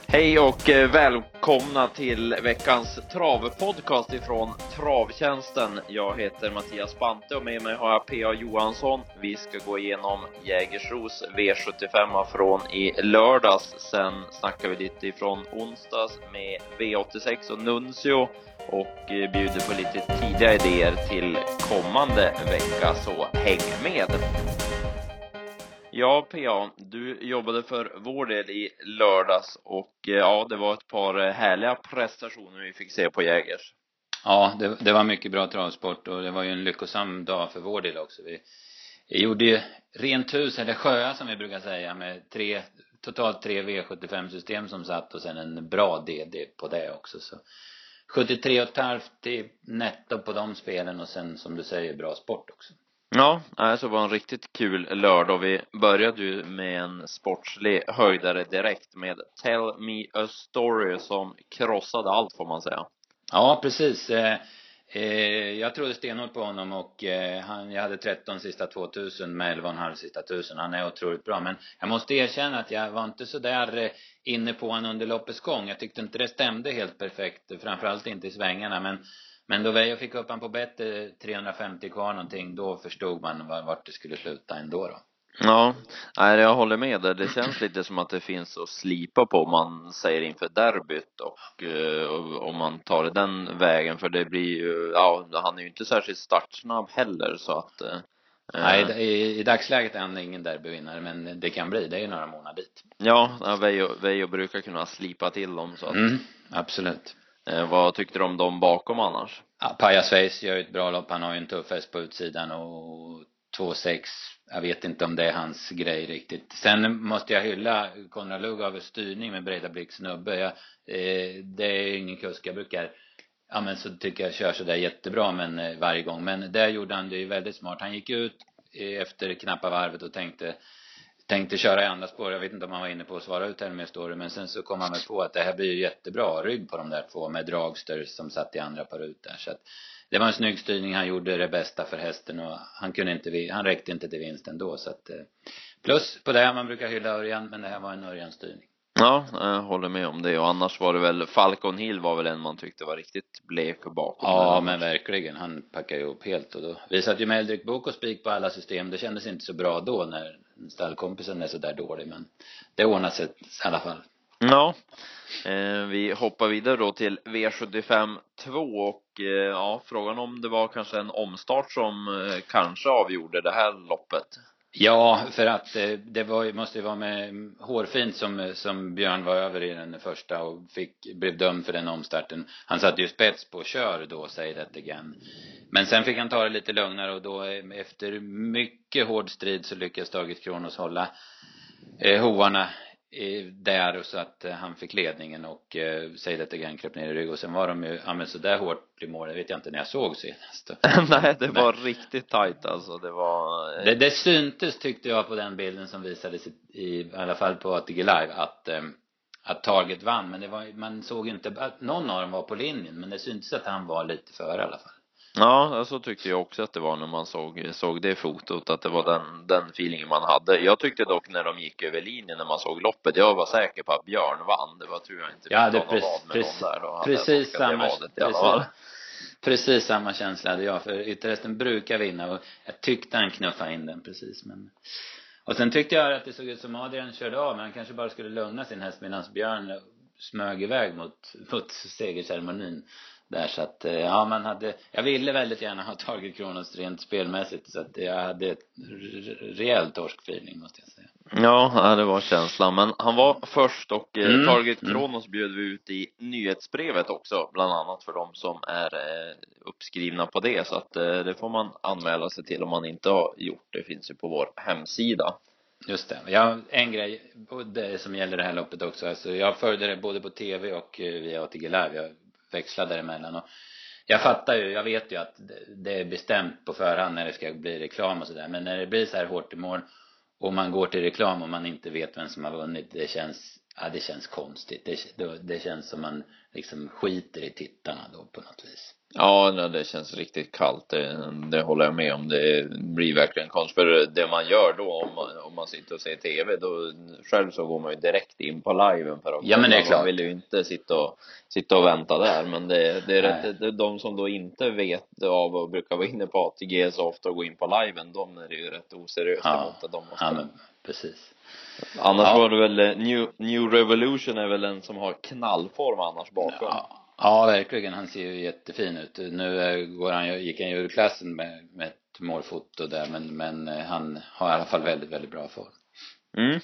Hej och välkomna till veckans travpodcast ifrån Travtjänsten. Jag heter Mattias Bante och med mig har jag P.A. Johansson. Vi ska gå igenom Jägersros V75 från i lördags. Sen snackar vi lite ifrån onsdags med V86 och Nuncio och bjuder på lite tidiga idéer till kommande vecka, så häng med! Ja, P.A., du jobbade för vår del i lördags och ja, det var ett par härliga prestationer vi fick se på Jägers. Ja, det var mycket bra travsport och det var ju en lyckosam dag för vår del också. Vi gjorde ju rent hus, eller sjöa som vi brukar säga, med totalt tre V75-system som satt och sen en bra DD på det också. Så 73,5 till netto på de spelen och sen som du säger bra sport också. Ja, så var en riktigt kul lördag. Vi började ju med en sportslig höjdare direkt med Tell Me A Story som krossade allt, får man säga. Ja, precis. Jag trodde stenhårt på honom och jag hade 13 sista 2000 med 11,5 sista 1000. Han är otroligt bra, men jag måste erkänna att jag var inte så där inne på honom under loppets gång. Jag tyckte inte det stämde helt perfekt, framförallt inte i svängarna, men då jag fick upp han på bättre 350 kvar någonting, då förstod man vart det skulle sluta ändå då. Ja, jag håller med där. Det känns lite som att det finns att slipa på om man säger inför derbyt och om man tar den vägen, för det blir ju, ja, han är ju inte särskilt startsnabb heller, så att nej, i dagsläget är han ingen derbyvinnare, men det kan bli, det är ju några månader dit. Ja, Veijo brukar kunna slipa till dem, så att absolut. Vad tyckte du om dem bakom annars? Ja, Paja Sveis gör ett bra lopp. Han har ju en tuff häst på utsidan och 2,6. Jag vet inte om det är hans grej riktigt. Sen måste jag hylla Konrad Lugg av styrning med breda blick snubbe. Det är ingen kusk. Jag brukar, ja men så tycker jag kör så där jättebra, men varje gång. Men där gjorde han det ju väldigt smart. Han gick ut efter knappa varvet och tänkte köra i andra spår. Jag vet inte om han var inne på att svara ut här med story, men sen så kom han med på att det här blir ju jättebra rygg på de där två med dragster som satt i andra par ut där. Så att det var en snygg styrning. Han gjorde det bästa för hästen och han räckte inte till vinst ändå. Så att plus på det här, man brukar hylla Örjan, men det här var en Örjan-styrning. Ja, jag håller med om det. Och annars var det väl Falcon Hill var väl en man tyckte var riktigt blek bakom. Ja, men verkligen. Han packade ju upp helt. Och då visade ju med Eldrik Bok och spik på alla system. Det kändes inte så bra då när stallkompisen är så där dålig. Men det ordnar sig i alla fall. Ja, vi hoppar vidare då till V75 2 och ja, frågan om det var kanske en omstart som kanske avgjorde det här loppet. Ja, för att måste ju vara med hårfint som Björn var över i den första och blev dömd för den omstarten. Han satt ju spets på kör då, säger det igen. Men sen fick han ta det lite lugnare och då efter mycket hård strid så lyckades Daget Kronos hålla hovarna där, och så att han fick ledningen och säger det igen, kröp ner i rygg. Och sen var de ju så där hårt i mål, det vet jag inte när jag såg senast. Nej, det var riktigt tajt alltså. Det var det syntes, tyckte jag, på den bilden som visades i alla fall på ATG Live att Target vann, men man såg ju inte att någon av dem var på linjen, men det syntes att han var lite före i alla fall. Ja, så tyckte jag också att det var när man såg det fotot, att det var den feelingen man hade. Jag tyckte dock när de gick över linjen, när man såg loppet, jag var säker på att Björn vann. Det var, tror jag inte. Ja, det precis samma känsla hade jag, för ytterhästen brukar vinna och jag tyckte han knuffade in den precis, men och sen tyckte jag att det såg ut som Adrian körde av, men han kanske bara skulle lugna sin häst medan Björn smög iväg mot segerceremonin där. Så att jag ville väldigt gärna ha tagit Kronos rent spelmässigt, så att jag hade ett rejält torskfeeling, måste jag säga. Ja, det var känslan. Men han var först och Target Kronos bjöd vi ut i nyhetsbrevet också, bland annat för de som är uppskrivna på det. Så att det får man anmäla sig till om man inte har gjort. Det finns ju på vår hemsida. Just det. Jag en grej som gäller det här loppet också. Alltså, jag följde det både på tv och via ATG Live. Jag växlade däremellan och jag vet ju att det är bestämt på förhand när det ska bli reklam och sådär. Men när det blir så här hårt i mål och man går till reklam och man inte vet vem som har vunnit, det känns konstigt. Det känns som man liksom skiter i tittarna då på något vis. Ja, nej, det känns riktigt kallt. Det håller jag med om. Det blir verkligen konstigt. För det man gör då, om man sitter och ser tv, då själv så går man ju direkt in på liven för att Ja, men det är kolla. Man vill klart. ju inte sitta och vänta där. Men det är Nej. rätt, det är de som då inte vet av och brukar vara inne på ATG så ofta och gå in på liven, de är det ju rätt oseriöst Ja, emot att de ja måste. men precis. Annars Ja. var det väl New Revolution är väl en som har knallform annars bakom. Ja, verkligen. Han ser ju jättefin ut. Nu gick han ju ur klassen med ett målfoto där, men han har i alla fall väldigt, väldigt bra form. Mm.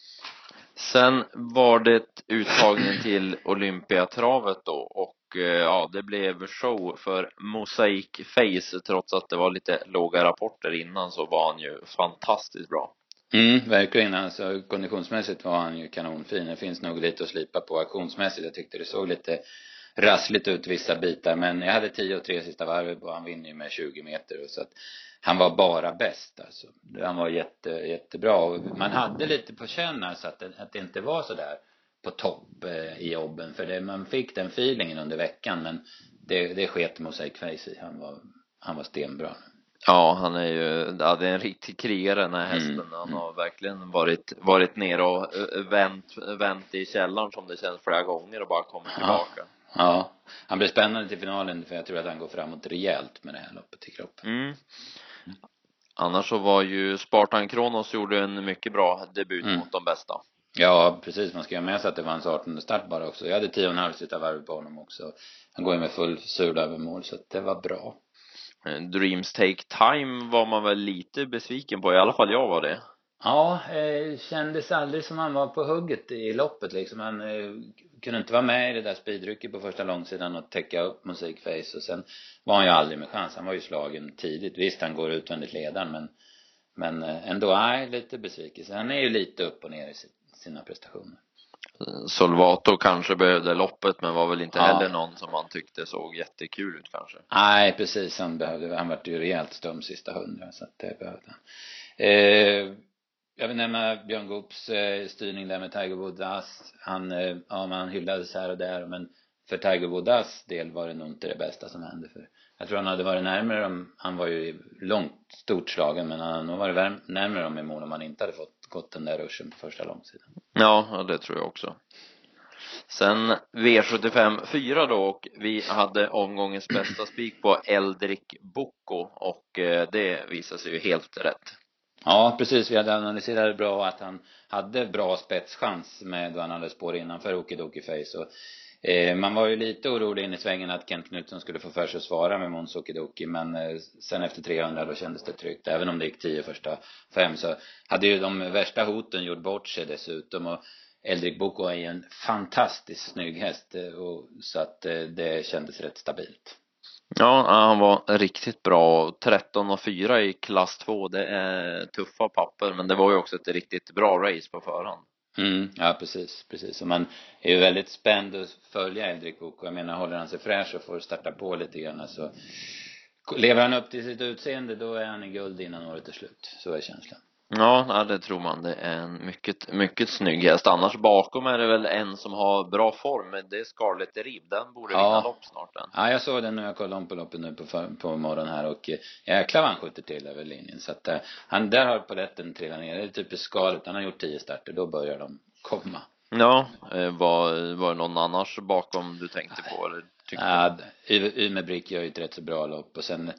Sen var det uttagningen till Olympiatravet då, och ja, det blev show för Mosaic Face. Trots att det var lite låga rapporter innan så var han ju fantastiskt bra. Verkligen. Alltså, konditionsmässigt var han ju kanonfin. Det finns nog lite att slipa på aktionsmässigt. Jag tyckte det såg lite rassligt ut vissa bitar, men jag hade 10 och 3 sista varvet och han vinner ju med 20 meter, och så att han var bara bäst alltså. Han var jättebra, och man hade lite på känn alltså att det inte var så där på topp i jobben, för man fick den feelingen under veckan, men det sket Mosaic Face i. Han var stenbra. Ja, han är ju, ja, det är en riktig krigare den här hästen. Han har verkligen varit nere och vänt i källaren som det känns flera gånger och bara kommit tillbaka. Ja, han blir spännande till finalen, för jag tror att han går framåt rejält med det här loppet i kroppen. Annars så var ju Spartan Kronos gjorde en mycket bra debut mot de bästa. Ja, precis. Man ska ju med sig att det var hans 18:e start bara också. Jag hade 10,5 sista varv på honom också. Han går ju med full sur över mål, så att det var bra. Dreams Take Time var man väl lite besviken på, i alla fall jag var det. Ja, kändes aldrig som han var på hugget i loppet liksom. Han kunde inte vara med i det där speedrycket på första långsidan och täcka upp Mosaic Face, och sen var han ju aldrig med chans. Han var ju slagen tidigt. Visst, han går utvändigt ledaren, men ändå lite besvikelse. Han är ju lite upp och ner i sina prestationer. Solvato kanske behövde loppet, men var väl inte heller någon som man tyckte såg jättekul ut kanske. Nej, precis. Han var ju rejält stum sista 100, så att det behövde han. Jag vill nämna Björn Goops styrning där med Tiger Woods. Han hyllades här och där, men för Tiger Woods del var det nog inte det bästa som hände. För jag tror han hade varit närmare dem. Han var ju stort slagen, men han hade nog varit närmare dem i mål om han inte hade gått den där ruschen på första långsidan. Ja, det tror jag också. Sen V75 4 då, och vi hade omgångens bästa spik på Eldrik Boko, och det visade sig ju helt rätt. Ja, precis. Vi hade analyserat bra att han hade bra spetschans med då han hade spår innanför Okidoki Face. Och, man var ju lite orolig in i svängen att Kent Knutsson skulle få för sig att svara med Måns Okidoki. Men sen efter 300 då kändes det tryggt. Även om det gick 10 första 5 så hade ju de värsta hoten gjort bort sig dessutom. Och Eldrik Boko är en fantastiskt snygg häst, och så att det kändes rätt stabilt. Ja, han var riktigt bra. 13,4 i klass 2, det är tuffa papper, men det var ju också ett riktigt bra race på förhand. Ja, precis. Och man är ju väldigt spänd att följa Eldrik Boko. Jag menar, håller han sig fräsch och får starta på lite grann, så lever han upp till sitt utseende, då är han i guld innan året är slut. Så är känslan. Ja, det tror man. Det är en mycket, mycket snygg häst. Annars bakom är det väl en som har bra form, men det är Scarlet Rib. Den borde vinna lopp snart den. Ja, jag såg den när jag kollade om på loppet nu på morgonen här, och jäklar vad han skjuter till över linjen. Så att han där har poletten trillat ner. Det är typiskt Scarlet. Han har gjort 10 starter, då börjar de komma. Ja, var det någon annars bakom du tänkte på? Eller ja, Ymerbrick gör ju ett rätt så bra lopp, och sen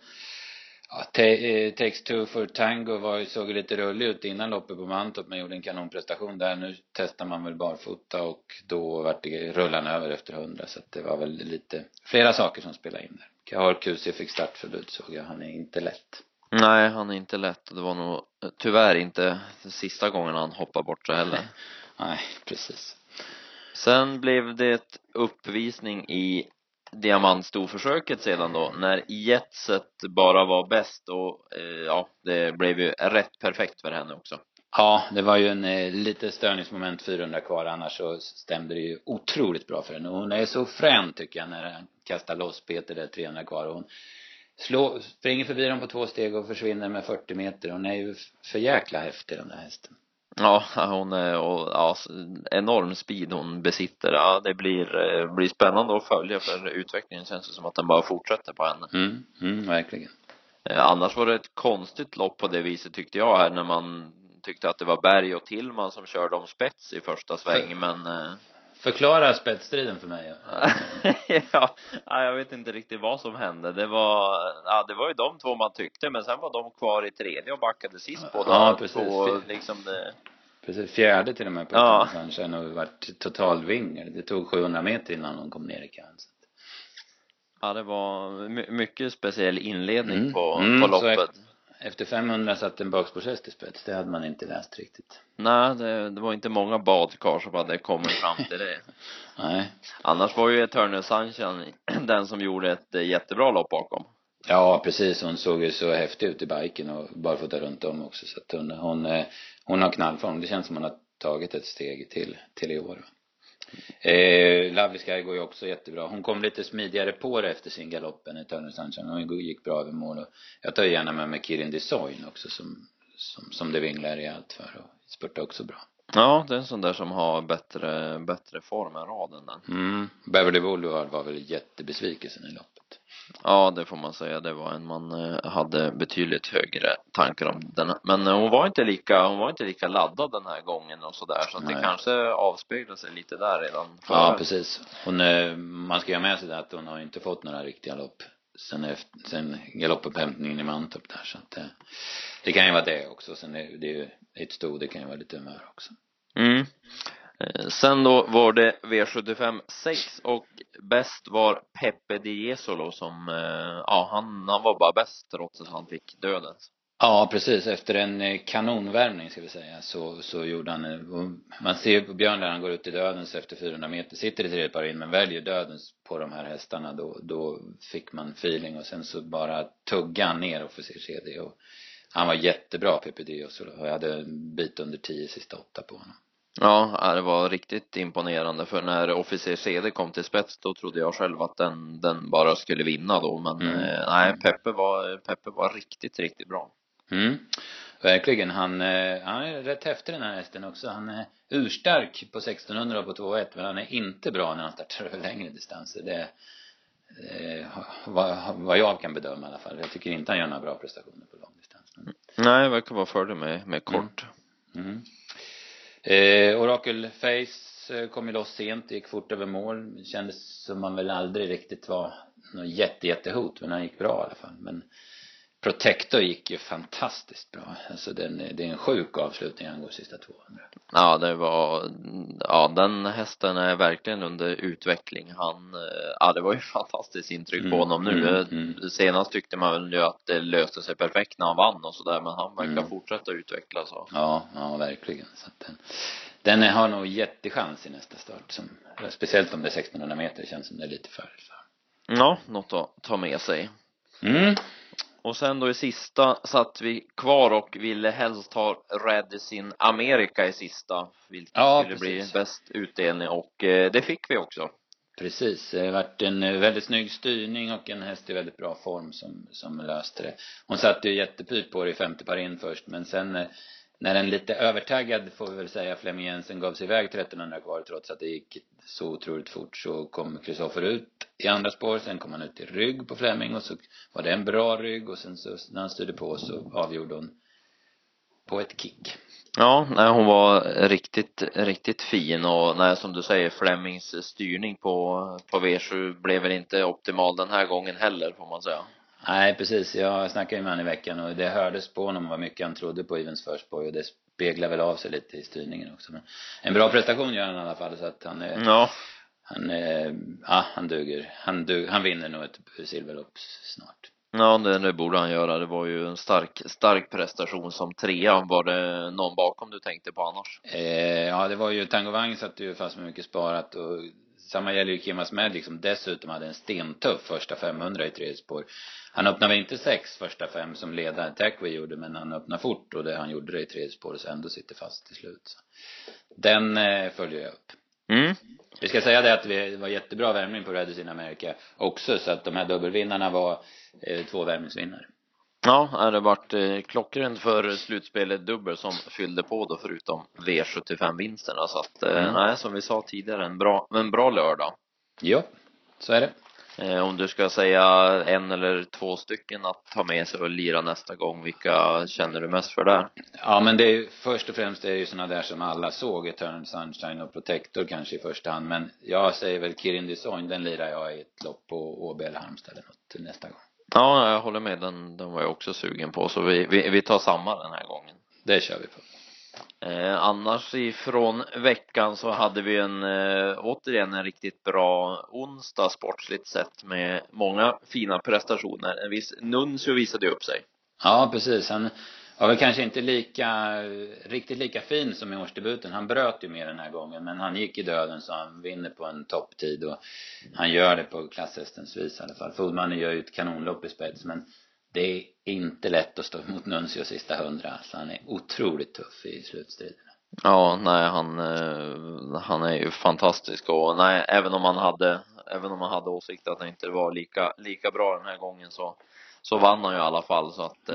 Takes Two for Tango såg lite rullig ut innan loppet på Mantorp, men gjorde en kanonprestation där. Nu testar man väl barfota, och då vart det rullan över efter 100, så att det var väl lite flera saker som spelade in där. Kahar QC fick startförbud, såg jag. Han är inte lätt. Nej, han är inte lätt. Det var nog tyvärr inte sista gången han hoppade bort så heller. Nej, precis. Sen blev det uppvisning i diamantstorförsöket sedan då, när Jetset bara var bäst, och ja, det blev ju rätt perfekt för henne också. Ja, det var ju en lite störningsmoment 400 kvar, annars så stämde det ju otroligt bra för henne. Hon är så frän tycker jag när han kastar loss Peter där 300 kvar, och hon springer förbi dem på 2 steg och försvinner med 40 meter. Hon är ju för jäkla häftig, den där hästen. Ja, hon är och, ja, enorm speed hon besitter. Ja, det blir spännande att följa, för utvecklingen känns det som att den bara fortsätter på henne. Verkligen. Annars var det ett konstigt lopp på det viset tyckte jag här, när man tyckte att det var Berg och Tillman som körde om spets i första sväng, men Förklara spetsstriden för mig. ja, jag vet inte riktigt vad som hände. Det var ju de två man tyckte, men sen var de kvar i tredje och backade sist båda. Ja, precis. På, liksom det... Precis, fjärde till och med på Ja. kanske, och vart total vingar. Det tog 700 meter innan de kom ner i kant. Ja, det var mycket speciell inledning på loppet. Efter 500 satt en bakspårshäst i spets. Det hade man inte läst riktigt. Nej, det var inte många badkar som hade kommit fram till det. Nej. Annars var ju Eternal Sunshine den som gjorde ett jättebra lopp bakom. Ja, precis. Hon såg ju så häftig ut i biken och bara fått runt om också. Så att hon har knallform. Det känns som hon har tagit ett steg till i år. Lovely Sky går ju också jättebra. Hon kom lite smidigare på det efter sin galopp än Eternal Sunshine. Hon gick bra över mål. Och jag tar gärna med Kirin Design också som det vinglar i allt för. Och spurtar också bra. Ja, det är en sån där som har bättre form än raden den. Beverly Boulevard var väl jättebesvikelsen i loppet. Ja, det får man säga. Det var en man hade betydligt högre tankar om den. Men hon var inte lika laddad den här gången och sådär. Så att det kanske avspeglar sig lite där redan. Ja, precis. Man ska ju ha med sig det att hon har inte fått några riktiga lopp sen galoppupphämtningen i Mantorp där. Så att det kan ju vara det också. Sen det är ju ett stod, det kan ju vara lite humör också. Sen då var det V75 6 och bäst var Peppe Di Jesolo som, han var bara bäst trots att han fick döden. Ja, precis. Efter en kanonvärmning ska vi säga så gjorde han, man ser på Björn där han går ut i dödens efter 400 meter, sitter i tredje par in men väljer dödens på de här hästarna, då fick man feeling och sen så bara tugga han ner officer och han var jättebra Peppe Di Jesolo och jag hade en bit under 10 sista 8 på honom. Ja, det var riktigt imponerande, för när Officer CD kom till spets då trodde jag själv att den bara skulle vinna då, men nej, Peppe var riktigt bra. Verkligen, han är rätt häftig den här hästen också. Han är urstark på 1600 och på 2,1, men han är inte bra när han startar över längre distanser. Det vad jag kan bedöma i alla fall. Jag tycker inte han gör några bra prestationer på lång distans. Nej, det verkar vara fördel med kort. Oracle Face kom ju loss sent, gick fort över mål. Det kändes som man väl aldrig riktigt var något jättehot, men han gick bra i alla fall. Men Protector gick ju fantastiskt bra. Alltså det är en sjuk avslutning, han går sista 200. Ja, den hästen är verkligen under utveckling. Det var ju fantastiskt intryck på honom nu. Senast tyckte man väl ju att det löste sig perfekt när han vann och sådär, men han verkar fortsätta utvecklas. Ja, verkligen. Så att den har nog jättechans i nästa start, speciellt om det är 1600 meter, känns som det är lite för. Ja, något att ta med sig. Och sen då i sista satt vi kvar och ville helst ha Radisson America i sista, vilket skulle bli bäst utdelning, och det fick vi också. Precis, det har varit en väldigt snygg styrning och en häst i väldigt bra form som löste det. Hon satt ju jättepyrt på det i 50 par in först, men sen när en lite övertaggad, får vi väl säga, Flemming Jensen gav sig iväg 1300 kvar trots att det gick så otroligt fort, så kom Kristoffer ut i andra spår. Sen kom han ut i rygg på Flemming och så var det en bra rygg, och sen så när han styrde på så avgjorde hon på ett kick. Ja, nej, hon var riktigt fin, och nej, som du säger, Flemmings styrning på V7 blev väl inte optimal den här gången heller, får man säga. Nej, precis. Jag snackade med honom i veckan och det hördes på honom vad mycket han trodde på Evens Förspoj, och det speglar väl av sig lite i styrningen också. Men en bra prestation gör han i alla fall, så att han duger. Han vinner nog ett silverlopp snart. Ja, det borde han göra. Det var ju en stark prestation som trea. Var det någon bakom du tänkte på annars? Ja, det var ju Tango Vang satt ju fast med mycket sparat, och samma gäller ju Kimas Magic som dessutom hade en stentuff första 500 i tredje spår. Han öppnade inte 6 första 5 som ledare Tackway gjorde, men han öppnade fort, och det han gjorde det i tredje spår, så ändå sitter fast till slut. Så den följer jag upp. Vi ska säga det att det var jättebra värmning på Radisson America också, så att de här dubbelvinnarna var 2 värmningsvinnare. Ja, det varit klockrent för slutspelet dubbel som fyllde på då förutom V75-vinsterna. Så att, nej, som vi sa tidigare, en bra lördag. Ja, så är det. Om du ska säga en eller två stycken att ta med sig och lira nästa gång, vilka känner du mest för där? Ja, men det är ju, först och främst är det ju sådana där som alla såg, Eternal Sunshine och Protector kanske i första hand. Men jag säger väl Kirin Design, den lirar jag i ett lopp på Åby eller Halmstad eller något till nästa gång. Ja, jag håller med, den var jag också sugen på, så vi tar samma den här gången. Det kör vi på. Annars ifrån veckan så hade vi återigen en riktigt bra onsdag sportsligt sett med många fina prestationer. En viss Nuncio visade upp sig. Ja, precis. Han var väl kanske inte riktigt lika fin som i årsdebuten. Han bröt ju mer den här gången, men han gick i döden så han vinner på en topptid och han gör det på klasshästens vis i alla fall. Foodmannen gör ju ett kanonlopp i spets, men det är inte lätt att stå mot Nuncio sista 100. Så han är otroligt tuff i slutstriderna. Ja, nej, han är ju fantastisk, och nej, även om man hade åsikt att han inte var lika bra den här gången, så vann han ju i alla fall. Så att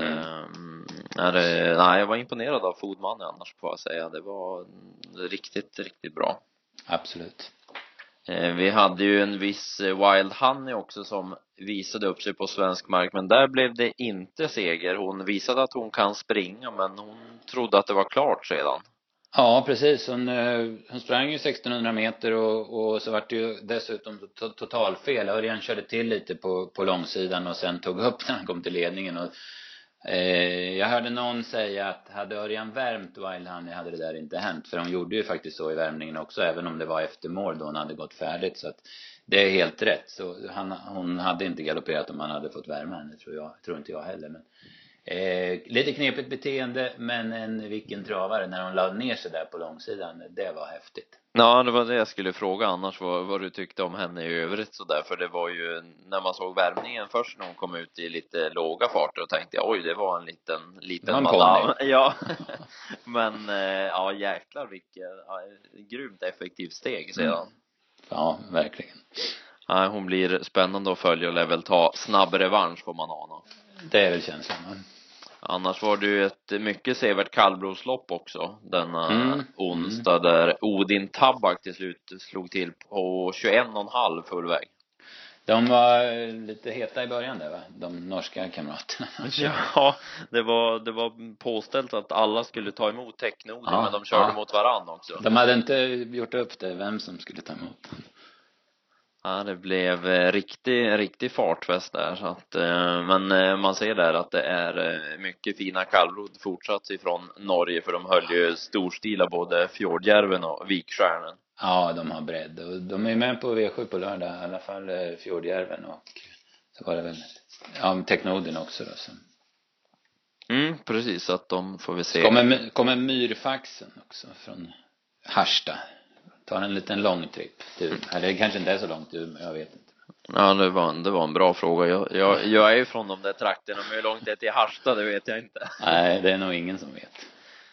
nej, jag var imponerad av Foodmannen annars, får jag säga. Det var riktigt bra. Absolut. Vi hade ju en viss Wild Honey också som visade upp sig på svensk mark, men där blev det inte seger. Hon visade att hon kan springa, men hon trodde att det var klart sedan. Ja, precis. Hon sprang ju 1600 meter och så var det ju dessutom totalfel. Örjan körde till lite på långsidan och sen tog upp när han kom till ledningen. Och, jag hörde någon säga att hade Örjan värmt Wild Honey hade det där inte hänt. För hon gjorde ju faktiskt så i värmningen också, även om det var efter mål då hon hade gått färdigt. Så att det är helt rätt. Så hon hade inte galopperat om han hade fått värma henne, tror inte jag heller. Men lite knepigt beteende, men vilken travare när hon lade ner sig där på långsidan. Det var häftigt. Ja, det var det jag skulle fråga annars, vad du tyckte om henne i övrigt så där. För det var ju, när man såg värmningen först när hon kom ut i lite låga farter, och tänkte jag, oj, det var en liten madam. Ja. Men ja, jäklar vilket grymt effektivt steg sedan. Ja, verkligen. Ja, hon blir spännande att följa och lär väl ta snabb revansch, får man ana. Det är väl känslan. Annars var det ju ett mycket sevärt kallblodslopp också denna onsdag där Odin Tabak till slut slog till på 21,5 full väg. De var lite heta i början där, va? De norska kamraterna. Ja, det var påställt att alla skulle ta emot Teknodin, men de körde mot varann också. De hade inte gjort upp det, vem som skulle ta emot. Ja, det blev riktig fartfest där, så att, men man ser där att det är mycket fina kallblod fortsatt ifrån Norge, för de höll ju storstila både Fjordjärven och Vikstjärnen. Ja, de har bredd och de är med på V7 på lördag, i alla fall Fjordjärven, och så var det väl Teknodin också då. Så. Precis, att de får vi se. Kommer Myrfaxen också från Harstad. Tar en liten lång tripp. Eller kanske inte är så långt, jag vet inte. Ja, det var en bra fråga. Jag är ju från de där trakterna, men hur långt det är till Harstad, det vet jag inte. Nej, det är nog ingen som vet.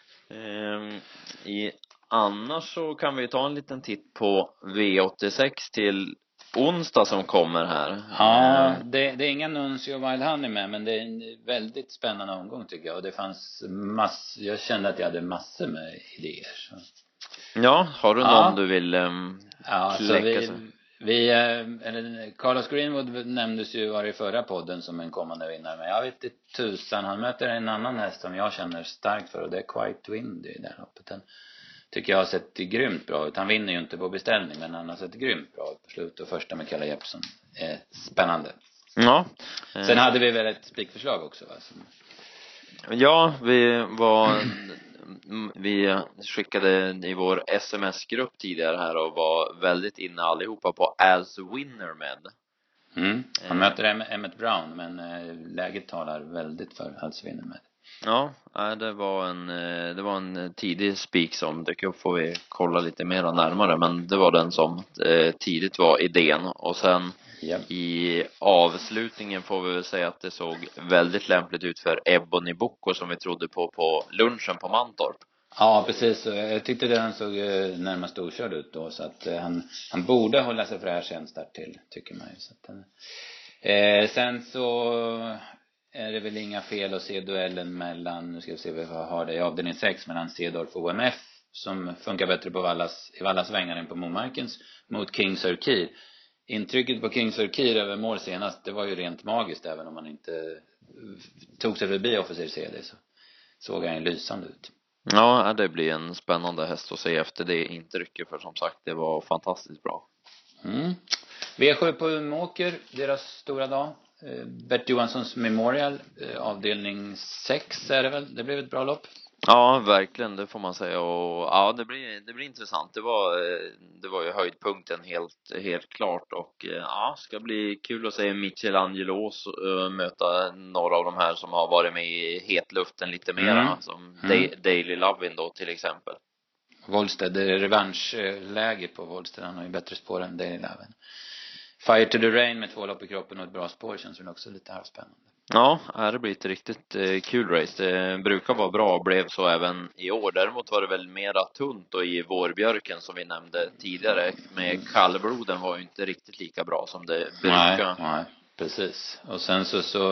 Annars så kan vi ta en liten titt på V86 till onsdag som kommer här. Ja, det är inga Nuncio och Wild Honey med, men det är en väldigt spännande omgång tycker jag. Och det fanns jag kände att jag hade massor med idéer. Så. Ja, har du någon du vill kläcka sig? Carlos Greenwood nämndes ju var i förra podden som en kommande vinnare, men jag vet inte tusan, han möter en annan häst som jag känner starkt för, och det är Quite Windy i det här loppet. Den tycker jag har sett grymt bra ut. Han vinner ju inte på beställning, men han har sett grymt bra ut på slut, och första med Kalle Jeppsson är spännande. Ja. Sen hade vi väl ett spikförslag också, va? Ja, vi skickade i vår sms-grupp tidigare här och var väldigt inne allihopa på As Winner med. Han möter Emmett Brown, men läget talar väldigt för As Winner med. Ja, det var en tidig spik som dök upp, får vi kolla lite mer närmare, men det var den som tidigt var idén. Och sen i avslutningen får vi väl säga att det såg väldigt lämpligt ut för Ebony Boko som vi trodde på lunchen på Mantorp. Ja, precis. Jag tyckte den såg närmast okörd ut då, så att han borde hålla sig för det här sen start till, tycker man ju. Så att, sen så är det väl inga fel att se duellen mellan, nu ska vi se vad har det i avdelning 6, mellan Cedorf och OMF som funkar bättre på i Vallas vängar än på Momarkens, mot King Sir Keir. Intrycket på King Sir Keir över mål senast, det var ju rent magiskt. Även om man inte tog sig förbi Officer CD, så såg han lysande ut. Ja, det blir en spännande häst att se efter det intrycket, för som sagt, det var fantastiskt bra. V7 på Umeåker, deras stora dag. Bert Johanssons Memorial, avdelning 6 är det väl. Det blev ett bra lopp. Ja, verkligen, det får man säga. Och ja, det blir intressant. Det var ju höjdpunkten helt klart. Och ja, ska bli kul att se Michelangelo möta några av de här som har varit med i hetluften lite mera, som Daily Lovin då till exempel. Wollsted, det är revanschläge på Wollsted. Han har ju bättre spår än Daily Lovin. Fire to the Rain med 2 lopp i kroppen och ett bra spår känns väl också lite här spännande. Ja, det blir ett riktigt kul race. Det brukar vara bra och blev så även i år. Däremot var det väl mera tunt och i Vårbjörken som vi nämnde tidigare. Med kallbloden var ju inte riktigt lika bra som det brukar. Nej, precis. Och sen så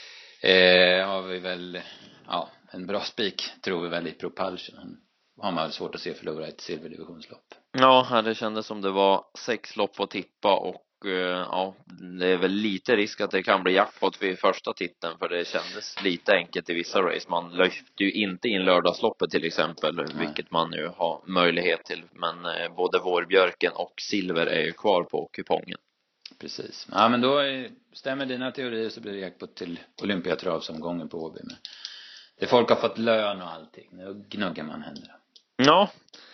har vi väl en bra spik, tror vi väl, i Propulsion. Har man väl svårt att se förlora ett silverdivisionslopp. Ja, det kändes som det var 6 lopp att tippa och ja, det är väl lite risk att det kan bli jackpot vid första titeln, för det kändes lite enkelt i vissa race. Man lyfte ju inte in lördagsloppet till exempel, vilket man nu har möjlighet till. Men både Vårbjörken och Silver är ju kvar på kupongen. Precis. Ja, men då stämmer dina teorier, så blir det jackpot till Olympiatravsomgången på Åby. Men det folk har fått lön och allting. Nu gnuggar man händerna. Ja,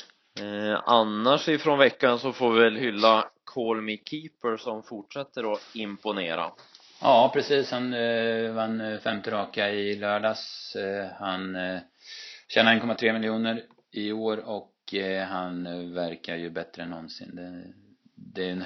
annars ifrån veckan så får vi väl hylla Call Me Keeper som fortsätter att imponera. Ja, precis. Han vann 5:e raka i lördags. Han tjänar 1,3 miljoner i år och han verkar ju bättre än någonsin. Det är en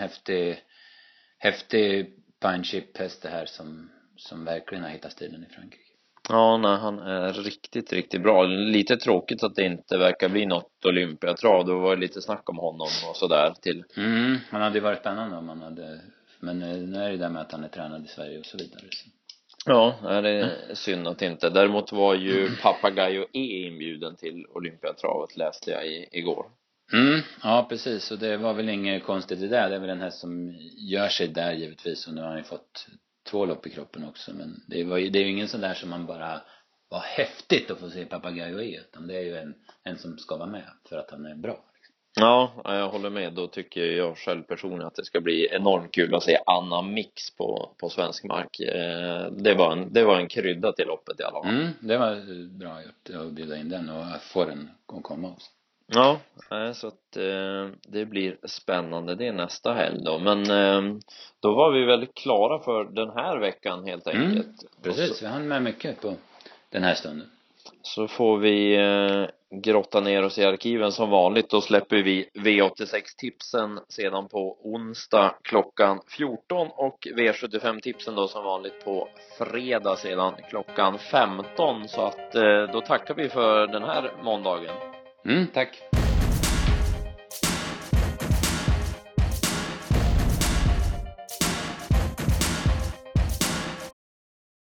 häftig punch-chip häst det här som verkligen har hittat stilen i Frankrike. Ja, nej, han är riktigt, riktigt bra. Lite tråkigt att det inte verkar bli något Olympiatrav. Det var lite snack om honom och sådär till. Han hade ju varit spännande om han hade. Men nu är det där med att han är tränad i Sverige och så vidare. Så. Ja, det är synd att inte. Däremot var ju Papagayo inbjuden till Olympiatravet, läste jag igår. Ja, precis. Och det var väl inget konstigt i det. Det är väl den här som gör sig där givetvis. Och nu har han ju fått 2 lopp i kroppen också. Men det är ju ingen sån där som man bara var häftigt att få se Papagayo i. Utan det är ju en som ska vara med för att han är bra. Ja, jag håller med. Då tycker jag själv personligen att det ska bli enormt kul att se Anna Mix på svensk mark. Det var en krydda till loppet i alla fall. Det var bra gjort att bjuda in den och få den att komma också. Ja, så att det blir spännande. Det är nästa helg då. Men då var vi väl klara för den här veckan helt enkelt. Precis, vi hann med mycket på den här stunden. Så får vi grotta ner oss i arkiven som vanligt. Då släpper vi V86-tipsen sedan på onsdag klockan 14. Och V75-tipsen då som vanligt på fredag sedan klockan 15. Så att då tackar vi för den här måndagen. Tack.